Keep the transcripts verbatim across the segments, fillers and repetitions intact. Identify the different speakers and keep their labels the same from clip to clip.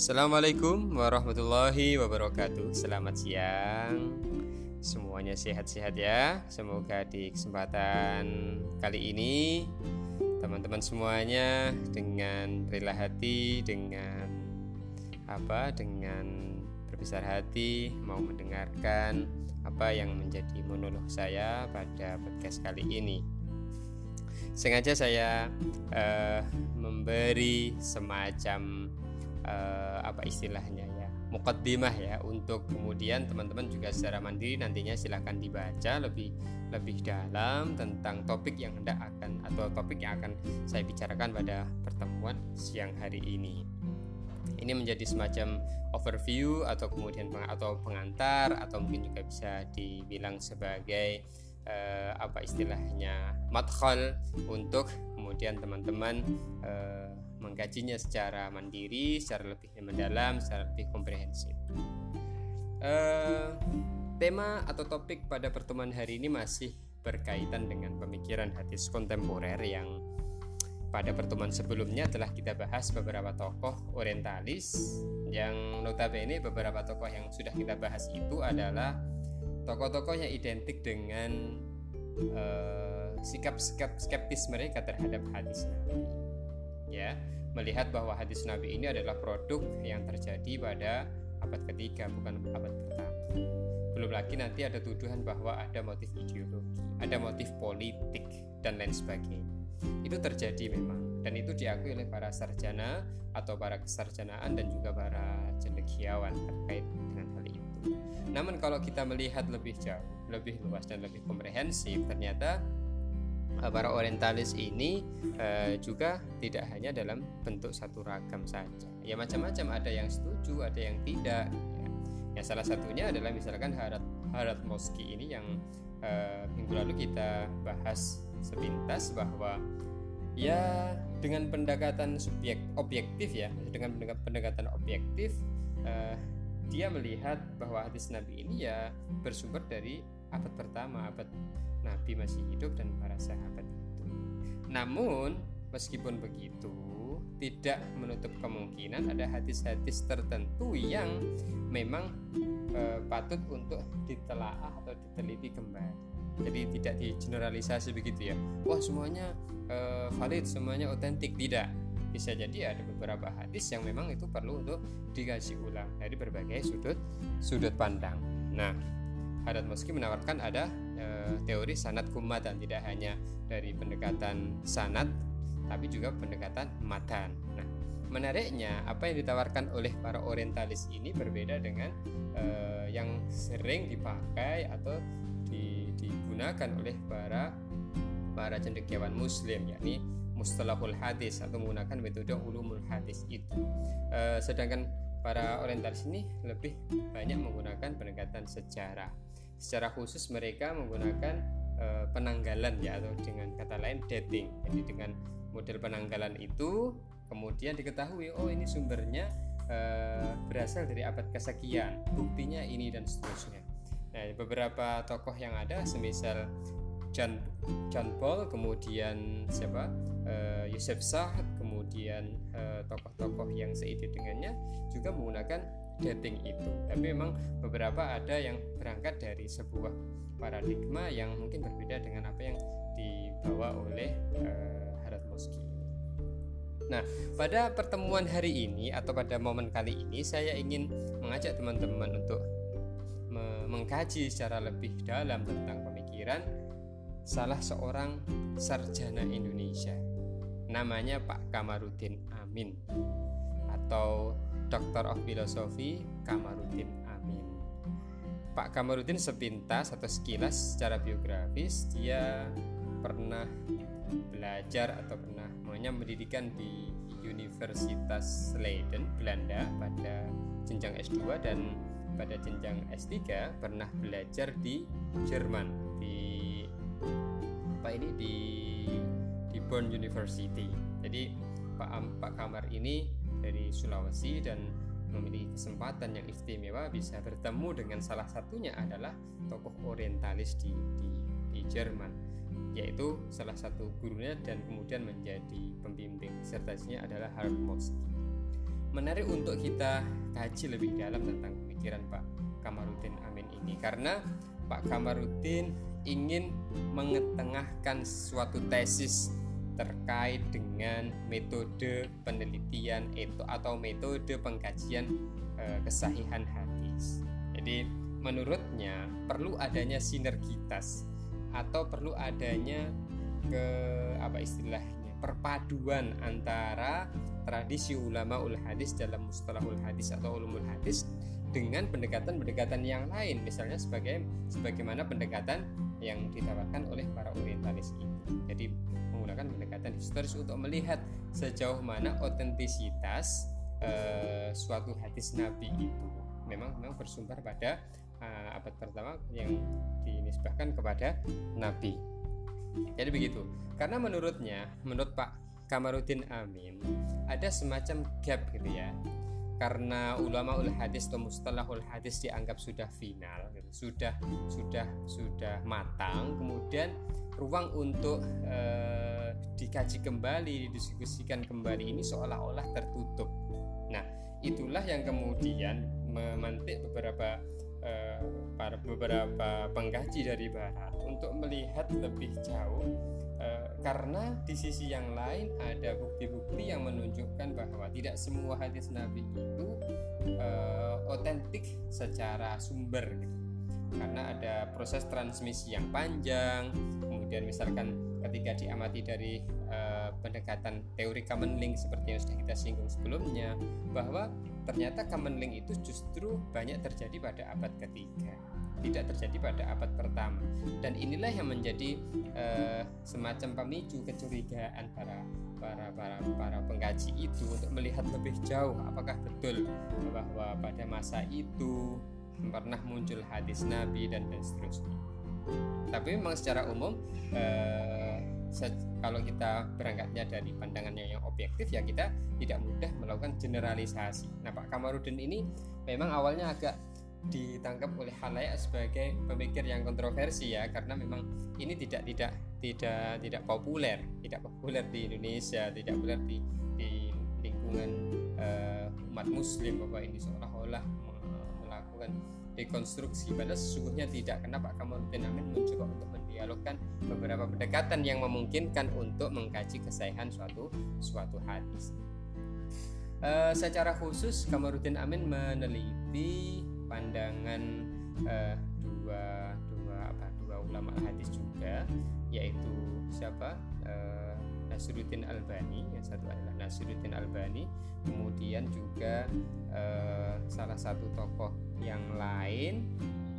Speaker 1: Assalamualaikum warahmatullahi wabarakatuh. Selamat siang. Semuanya sehat-sehat ya. Semoga di kesempatan kali ini teman-teman semuanya dengan rela hati, dengan apa? Dengan berbesar hati mau mendengarkan apa yang menjadi monolog saya pada podcast kali ini. Sengaja saya uh, memberi semacam Uh, apa istilahnya ya, muqaddimah ya, untuk kemudian teman-teman juga secara mandiri nantinya silahkan dibaca lebih lebih dalam tentang topik yang hendak akan atau topik yang akan saya bicarakan pada pertemuan siang hari ini. Ini menjadi semacam overview atau kemudian peng- atau pengantar atau mungkin juga bisa dibilang sebagai uh, apa istilahnya madkhal untuk kemudian teman-teman uh, mengkajinya secara mandiri, secara lebih mendalam, secara lebih komprehensif. Uh, tema atau topik pada pertemuan hari ini masih berkaitan dengan pemikiran hadis kontemporer yang pada pertemuan sebelumnya telah kita bahas beberapa tokoh orientalis, yang notabene beberapa tokoh yang sudah kita bahas itu adalah tokoh-tokoh yang identik dengan uh, sikap-sikap skeptis mereka terhadap hadis Nabi. Ya, melihat bahwa hadis Nabi ini adalah produk yang terjadi pada abad ketiga, bukan abad pertama. Belum lagi nanti ada tuduhan bahwa ada motif ideologi, ada motif politik dan lain sebagainya. Itu terjadi memang, dan itu diakui oleh para sarjana atau para kesarjanaan dan juga para cendekiawan terkait dengan hal itu. Namun kalau kita melihat lebih jauh, lebih luas dan lebih komprehensif, ternyata para orientalis ini uh, juga tidak hanya dalam bentuk satu ragam saja. Ya macam-macam, ada yang setuju, ada yang tidak. Ya, ya salah satunya adalah misalkan Harad Harad Moski ini yang uh, minggu lalu kita bahas sepintas bahwa ya dengan pendekatan subjek objektif ya, dengan pendekatan objektif uh, dia melihat bahwa hadis Nabi ini ya bersumber dari abad pertama, abad Nabi masih hidup dan para sahabat itu. Namun meskipun begitu, tidak menutup kemungkinan ada hadis-hadis tertentu yang memang e, patut untuk ditelaah atau diteliti kembali. Jadi tidak digeneralisasi begitu ya. Wah semuanya e, valid, semuanya otentik. Tidak. Bisa jadi ada beberapa hadis yang memang itu perlu untuk dikaji ulang dari berbagai sudut sudut pandang. Nah, Harad Moski menawarkan ada e, teori sanad kumatan, tidak hanya dari pendekatan sanad tapi juga pendekatan matan. Nah, menariknya apa yang ditawarkan oleh para orientalis ini berbeda dengan e, yang sering dipakai atau di, digunakan oleh para para cendekiawan muslim, yakni mustalahul hadis atau menggunakan metode ulumul hadis itu. E, sedangkan para orientalis ini lebih banyak menggunakan pendekatan sejarah. Secara khusus mereka menggunakan e, penanggalan ya, atau dengan kata lain dating. Jadi dengan model penanggalan itu kemudian diketahui oh ini sumbernya e, berasal dari abad kesekian, buktinya ini dan seterusnya. Nah, beberapa tokoh yang ada semisal John John Paul, kemudian siapa e, Yusuf Sa'd, kemudian e, tokoh-tokoh yang seide dengannya juga menggunakan dating itu. Tapi memang beberapa ada yang berangkat dari sebuah paradigma yang mungkin berbeda dengan apa yang dibawa oleh uh, Harad Moski. Nah, pada pertemuan hari ini atau pada momen kali ini saya ingin mengajak teman-teman untuk me- mengkaji secara lebih dalam tentang pemikiran salah seorang sarjana Indonesia. Namanya Pak Kamarudin Amin atau Doctor of Philosophy Kamarudin Amin. Pak Kamarudin sepintas atau sekilas secara biografis, dia pernah belajar atau pernah namanya pendidikan di Universitas Leiden, Belanda pada jenjang S dua, dan pada jenjang S tiga pernah belajar di Jerman, di apa ini di di Bonn University. Jadi Pak Pak Kamar ini dari Sulawesi dan memiliki kesempatan yang istimewa bisa bertemu dengan salah satunya adalah tokoh orientalis di, di, di Jerman, yaitu salah satu gurunya dan kemudian menjadi pembimbing disertasinya adalah Harad Moski. menarik untuk kita kaji lebih dalam tentang pemikiran Pak Kamarudin Amin ini, karena Pak Kamarudin ingin mengetengahkan suatu tesis terkait dengan metode penelitian itu atau metode pengkajian e, kesahihan hadis. Jadi menurutnya perlu adanya sinergitas atau perlu adanya ke apa istilahnya perpaduan antara tradisi ulama ul hadis dalam mustalahul hadis atau ulumul hadis dengan pendekatan-pendekatan yang lain, misalnya sebagai sebagaimana pendekatan yang ditawarkan oleh para orientalis itu. Jadi menggunakan pendekatan historis untuk melihat sejauh mana otentisitas uh, suatu hadis Nabi itu memang memang bersumber pada uh, abad pertama yang dinisbahkan kepada Nabi. Jadi begitu. Karena menurutnya, menurut Pak Kamarudin Amin, ada semacam gap gitu ya. Karena ulama ul hadis atau mustalahul hadis dianggap sudah final, gitu. sudah sudah sudah matang, kemudian ruang untuk eh, dikaji kembali, didiskusikan kembali ini seolah-olah tertutup. Nah, itulah yang kemudian memantik beberapa eh, para beberapa pengkaji dari barat untuk melihat lebih jauh. Uh, karena di sisi yang lain ada bukti-bukti yang menunjukkan bahwa tidak semua hadis Nabi itu otentik uh, secara sumber gitu. Karena ada proses transmisi yang panjang, kemudian misalkan ketika diamati dari uh, pendekatan teori common link seperti yang sudah kita singgung sebelumnya, bahwa ternyata common link itu justru banyak terjadi pada abad ketiga, tidak terjadi pada abad pertama, dan inilah yang menjadi uh, semacam pemicu kecurigaan para para para para pengkaji itu untuk melihat lebih jauh apakah betul bahwa pada masa itu pernah muncul hadis Nabi dan dan seterusnya. Tapi memang secara umum uh, se- kalau kita berangkatnya dari pandangannya yang objektif, ya kita tidak mudah melakukan generalisasi. Nah, Pak Kamarudin ini memang awalnya agak ditangkap oleh khalayak sebagai pemikir yang kontroversi ya, karena memang ini tidak tidak tidak tidak populer, tidak populer di Indonesia, tidak populer di, di lingkungan uh, umat Muslim, bahwa ini seolah-olah melakukan dekonstruksi, padahal sesungguhnya tidak. Karena Pak Kamarudin Amin mencoba untuk mendialogkan beberapa pendekatan yang memungkinkan untuk mengkaji kesahihan suatu suatu hadis. Uh, secara khusus Kamarudin Amin meneliti pandangan uh, dua dua apa dua ulama hadis juga, yaitu siapa uh, Nasiruddin Albani, yang satu adalah Nasiruddin Albani, kemudian juga uh, salah satu tokoh yang lain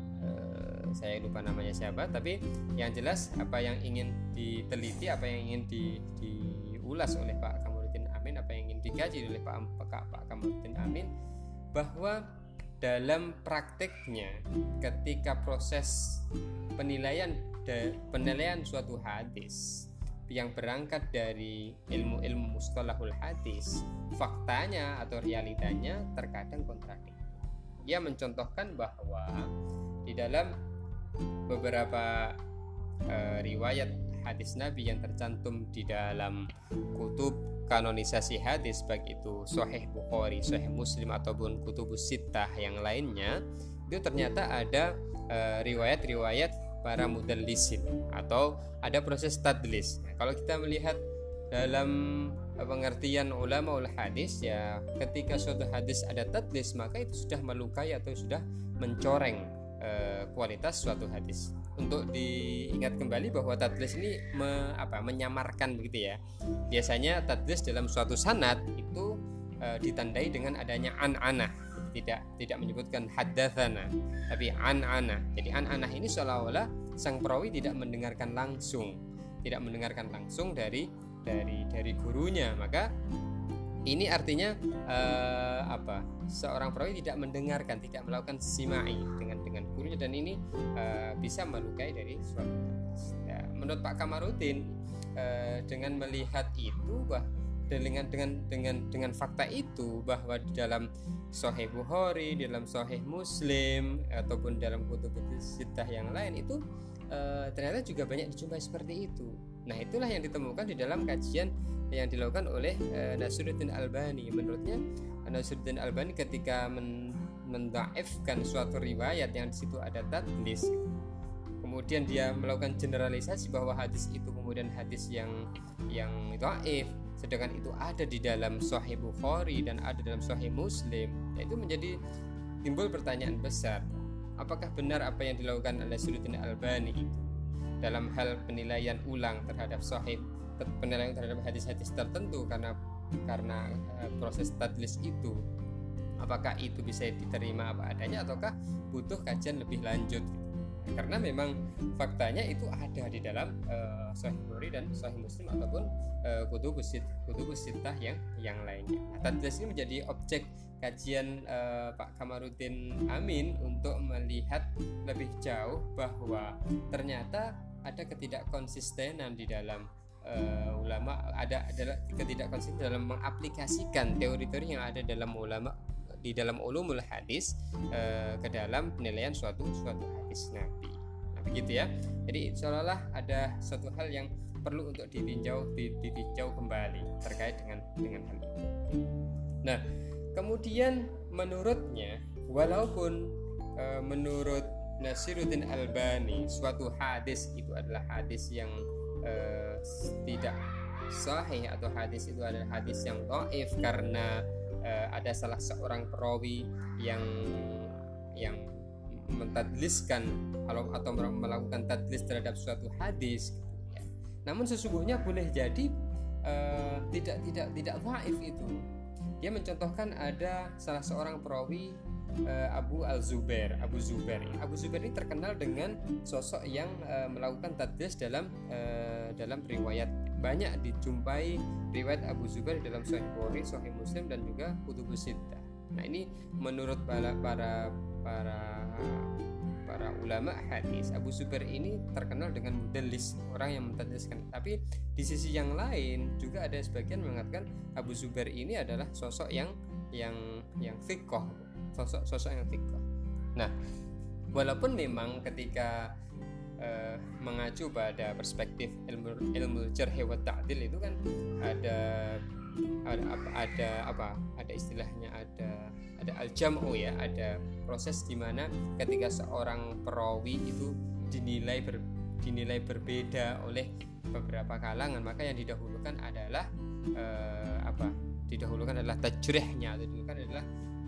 Speaker 1: uh, saya lupa namanya siapa, tapi yang jelas apa yang ingin diteliti, apa yang ingin di, diulas oleh Pak Kamarudin Amin, apa yang ingin dikaji oleh Pak Pak, Pak Kamarudin Amin, bahwa dalam prakteknya ketika proses penilaian penilaian suatu hadis yang berangkat dari ilmu-ilmu mustalahul hadis, faktanya atau realitanya terkadang kontradiktif. Ia mencontohkan bahwa di dalam beberapa uh, riwayat hadis Nabi yang tercantum di dalam kutub kanonisasi hadis, baik itu Sahih Bukhari, Sahih Muslim ataupun kutubus sittah yang lainnya, itu ternyata ada uh, riwayat-riwayat para mudallisin atau ada proses tadlis. Nah, kalau kita melihat dalam pengertian ulama ul hadis, ya ketika suatu hadis ada tadlis, maka itu sudah melukai atau sudah mencoreng uh, kualitas suatu hadis. Untuk diingat kembali bahwa tadlis ini me, apa, menyamarkan begitu ya. Biasanya tadlis dalam suatu sanad itu e, ditandai dengan adanya an-anah, tidak tidak menyebutkan haddatsana, tapi an-anah. Jadi an-anah ini seolah-olah sang perawi tidak mendengarkan langsung, tidak mendengarkan langsung dari dari dari gurunya. Maka ini artinya uh, apa? Seorang perawi tidak mendengarkan, tidak melakukan simai dengan dengan gurunya, dan ini uh, bisa melukai dari suatu hadis. Ya, menurut Pak Kamarudin, uh, dengan melihat itu, bah, dengan dengan dengan dengan fakta itu bahwa di dalam Sahih Bukhari, di dalam Sahih Muslim ataupun dalam kutub-kutub sittah yang lain itu uh, ternyata juga banyak dijumpai seperti itu. Nah, itulah yang ditemukan di dalam kajian yang dilakukan oleh uh, Nasiruddin Albani. Menurutnya Nasiruddin Albani ketika men mendaifkan suatu riwayat yang di situ ada tadlis, kemudian dia melakukan generalisasi bahwa hadis itu kemudian hadis yang yang dhaif, sedangkan itu ada di dalam Sahih Bukhari dan ada dalam Sahih Muslim, itu menjadi timbul pertanyaan besar, apakah benar apa yang dilakukan oleh Nasiruddin Albani itu dalam hal penilaian ulang terhadap sahih, penilaian terhadap hadis-hadis tertentu karena karena uh, proses tadlis itu, apakah itu bisa diterima apa adanya ataukah butuh kajian lebih lanjut gitu. Karena memang faktanya itu ada di dalam uh, Sahih Bukhari dan Sahih Muslim ataupun uh, kutubus kutubus sittah yang yang lainnya. Nah, tadlis ini menjadi objek kajian uh, Pak Kamaruddin Amin untuk melihat lebih jauh bahwa ternyata ada ketidakkonsistenan di dalam Uh, ulama, ada adalah ketidakkonsisten dalam mengaplikasikan teori-teori yang ada dalam ulama di dalam ulumul hadis uh, ke dalam penilaian suatu suatu hadis Nabi. Nah, begitu ya. Jadi seolah-olah ada suatu hal yang perlu untuk ditinjau ditinjau kembali terkait dengan dengan hal itu. Nah, kemudian menurutnya, walaupun uh, menurut Nasiruddin Albani suatu hadis itu adalah hadis yang Uh, tidak sahih atau hadis itu adalah hadis yang dhaif karena uh, ada salah seorang perawi yang yang mentadliskan atau melakukan tadlis terhadap suatu hadis gitu ya. Namun sesungguhnya boleh jadi uh, tidak tidak tidak dhaif itu. Dia mencontohkan ada salah seorang perawi Uh, Abu Al-Zubair, Abu Zubair. Abu Zubair ini terkenal dengan sosok yang uh, melakukan tadlis dalam uh, dalam riwayat. Banyak dijumpai riwayat Abu Zubair dalam Sahih Bukhari, Sahih Muslim dan juga kutubus sittah. Nah, ini menurut para para para para ulama hadis, Abu Zubair ini terkenal dengan mudallis, orang yang mentadliskan. Tapi di sisi yang lain juga ada sebagian mengatakan Abu Zubair ini adalah sosok yang yang yang thiqah, sosok-sosok yang thiqah. Nah, walaupun memang ketika uh, mengacu pada perspektif ilmu ilmu jarh wa ta'dil itu kan ada ada apa ada apa ada istilahnya ada ada al-jam'u ya, ada proses di mana ketika seorang perawi itu dinilai ber, dinilai berbeda oleh beberapa kalangan, maka yang didahulukan adalah uh, apa didahulukan adalah tajrihnya, didahulukan adalah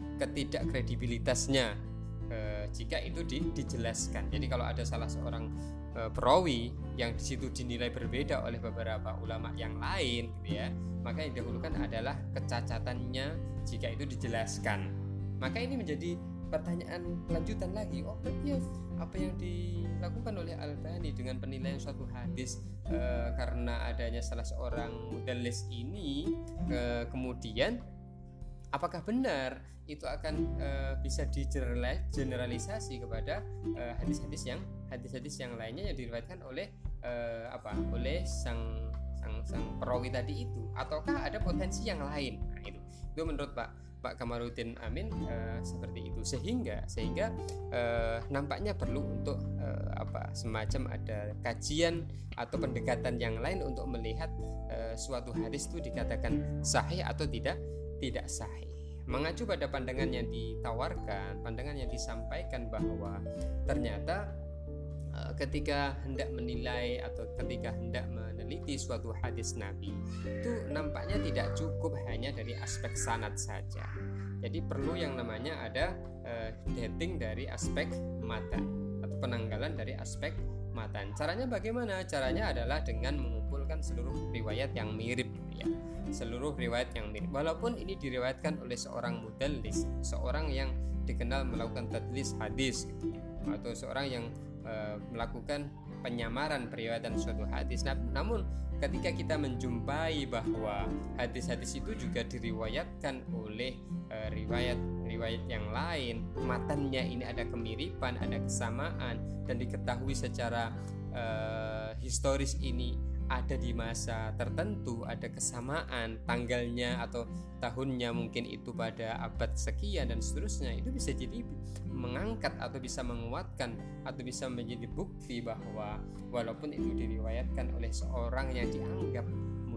Speaker 1: ketidakkredibilitasnya e, jika itu di, dijelaskan. Jadi kalau ada salah seorang e, perawi yang di situ dinilai berbeda oleh beberapa ulama yang lain gitu ya, maka yang didahulukan adalah kecacatannya jika itu dijelaskan. Maka ini menjadi pertanyaan lanjutan lagi, oh berarti apa yang dilakukan oleh Albani dengan penilaian suatu hadis e, karena adanya salah seorang mudallis ini e, kemudian apakah benar itu akan e, bisa digeneralisasi kepada e, hadis-hadis yang hadis-hadis yang lainnya yang diriwayatkan oleh e, apa oleh sang sang sang perawi tadi itu, ataukah ada potensi yang lain? Nah, itu itu menurut Pak Pak Kamaruddin Amin e, seperti itu, sehingga sehingga e, nampaknya perlu untuk e, apa semacam ada kajian atau pendekatan yang lain untuk melihat e, suatu hadis itu dikatakan sahih atau tidak tidak sahih. Mengacu pada pandangan yang ditawarkan, pandangan yang disampaikan bahwa ternyata uh, ketika hendak menilai atau ketika hendak meneliti suatu hadis Nabi itu nampaknya tidak cukup hanya dari aspek sanad saja. Jadi perlu yang namanya ada uh, dating dari aspek matan atau penanggalan dari aspek matan. Caranya bagaimana? Caranya adalah dengan mengumpulkan seluruh riwayat yang mirip ya. Seluruh riwayat yang mirip. Walaupun ini diriwayatkan oleh seorang mudallis, seorang yang dikenal melakukan tadlis hadis gitu, atau seorang yang e, melakukan penyamaran periwayatan suatu hadis. Nah, namun ketika kita menjumpai bahwa hadis-hadis itu juga diriwayatkan oleh e, riwayat-riwayat yang lain, matannya ini ada kemiripan, ada kesamaan, dan diketahui secara e, historis ini ada di masa tertentu, ada kesamaan tanggalnya atau tahunnya mungkin itu pada abad sekian dan seterusnya, itu bisa jadi mengangkat atau bisa menguatkan atau bisa menjadi bukti bahwa walaupun itu diriwayatkan oleh seorang yang dianggap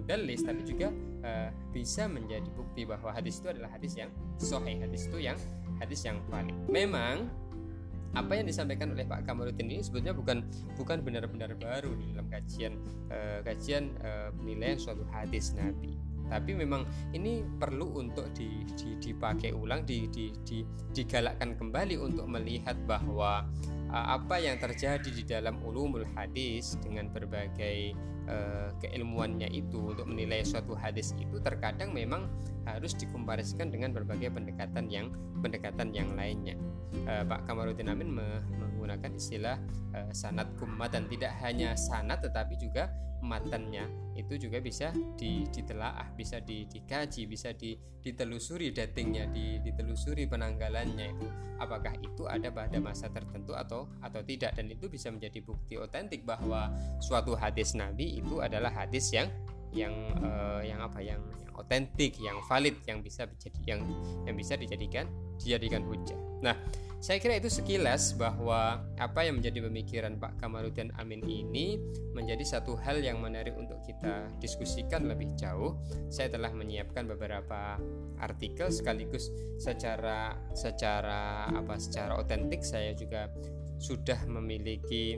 Speaker 1: mudallis, tapi juga uh, bisa menjadi bukti bahwa hadis itu adalah hadis yang sahih, hadis itu yang hadis yang valid. Memang apa yang disampaikan oleh Pak Kamarudin ini sebetulnya bukan bukan benar-benar baru di dalam kajian uh, kajian uh, penilaian suatu hadis Nabi. Tapi memang ini perlu untuk di, di, dipakai ulang, di, di, di, digalakkan kembali untuk melihat bahwa uh, apa yang terjadi di dalam ulumul hadis dengan berbagai uh, keilmuannya itu untuk menilai suatu hadis itu terkadang memang harus dikomparasikan dengan berbagai pendekatan yang pendekatan yang lainnya. Uh, Pak Kamarudin Amin me- menggunakan istilah uh, sanad kummat, dan tidak hanya sanad tetapi juga matannya itu juga bisa ditelaah, bisa di, dikaji, bisa di, ditelusuri datingnya, di, ditelusuri penanggalannya itu apakah itu ada pada masa tertentu atau atau tidak, dan itu bisa menjadi bukti otentik bahwa suatu hadis Nabi itu adalah hadis yang yang uh, yang apa yang yang otentik, yang valid, yang bisa dijadi, yang yang bisa dijadikan dijadikan hujah. Nah, saya kira itu sekilas bahwa apa yang menjadi pemikiran Pak Kamarudin Amin ini menjadi satu hal yang menarik untuk kita diskusikan lebih jauh. Saya telah menyiapkan beberapa artikel sekaligus secara secara apa secara otentik saya juga sudah memiliki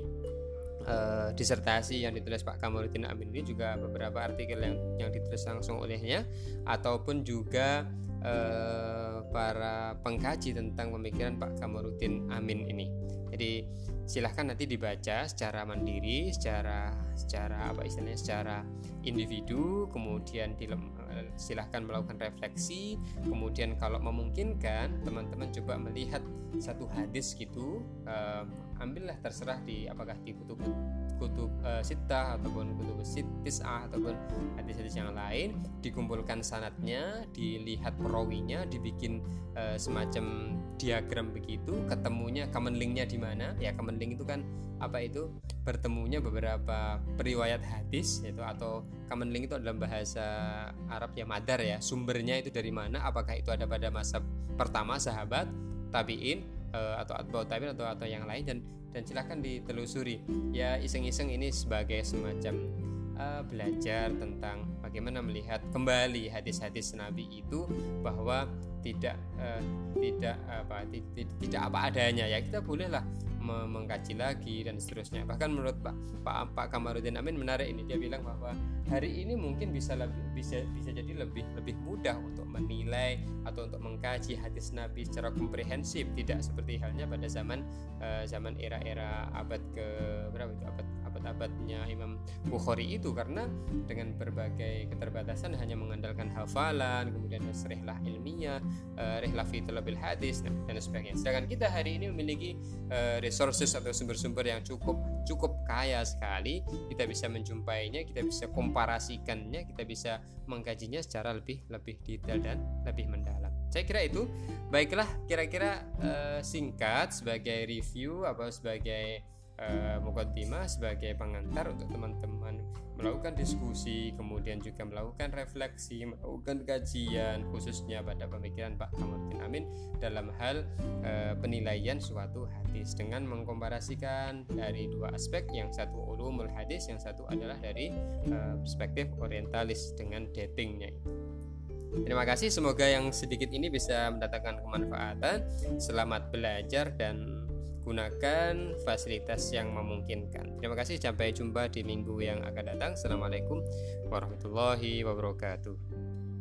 Speaker 1: Uh, disertasi yang ditulis Pak Kamarudin Amin ini, juga beberapa artikel yang yang ditulis langsung olehnya ataupun juga uh, para pengkaji tentang pemikiran Pak Kamarudin Amin ini. Jadi silahkan nanti dibaca secara mandiri, secara secara apa istilahnya secara individu, kemudian di, uh, silahkan melakukan refleksi, kemudian kalau memungkinkan teman-teman coba melihat satu hadis gitu, uh, ambillah terserah di apakah di kutub kutub uh, sittah ataupun kutub tis'ah ataupun hadis-hadis yang lain, dikumpulkan sanadnya, dilihat perawinya, dibikin uh, semacam diagram begitu, ketemunya common linknya di mana ya. Common link itu kan apa itu bertemunya beberapa periwayat hadis, yaitu atau common link itu dalam bahasa Arab ya madar ya, sumbernya itu dari mana, apakah itu ada pada masa pertama sahabat, tabi'in uh, atau atba'ut tabi'in atau atau yang lain, dan dan silahkan ditelusuri ya, iseng-iseng ini sebagai semacam uh, belajar tentang bagaimana melihat kembali hadis-hadis Nabi itu, bahwa tidak uh, tidak apa tidak, tidak apa adanya ya, kita bolehlah mengkaji lagi dan seterusnya. Bahkan menurut Pak Pak, Pak Kamarudin Amin menarik ini, dia bilang bahwa hari ini mungkin bisa lebih, bisa bisa jadi lebih lebih mudah untuk menilai atau untuk mengkaji hadis Nabi secara komprehensif, tidak seperti halnya pada zaman uh, zaman era-era abad ke berapa itu abad abad-abadnya Imam Bukhari itu, karena dengan berbagai keterbatasan hanya mengandalkan hafalan, kemudian rihlah ilmiah, uh, rihlah fi talabil hadis dan, dan sebagainya. Sedangkan kita hari ini memiliki uh, resources atau sumber-sumber yang cukup cukup kaya sekali, kita bisa menjumpainya, kita bisa komparasikannya, kita bisa mengkajinya secara lebih lebih detail dan lebih mendalam. Saya kira itu. Baiklah, kira-kira uh, singkat sebagai review atau sebagai uh, mukaddimah, sebagai pengantar untuk teman-teman melakukan diskusi, kemudian juga melakukan refleksi, melakukan kajian khususnya pada pemikiran Pak Kamarudin Amin dalam hal e, penilaian suatu hadis dengan mengkomparasikan dari dua aspek, yang satu ulumul hadis, yang satu adalah dari e, perspektif orientalis dengan datingnya itu. Terima kasih, semoga yang sedikit ini bisa mendatangkan kemanfaatan. Selamat belajar dan gunakan fasilitas yang memungkinkan. Terima kasih, sampai jumpa di minggu yang akan datang. Assalamualaikum warahmatullahi wabarakatuh.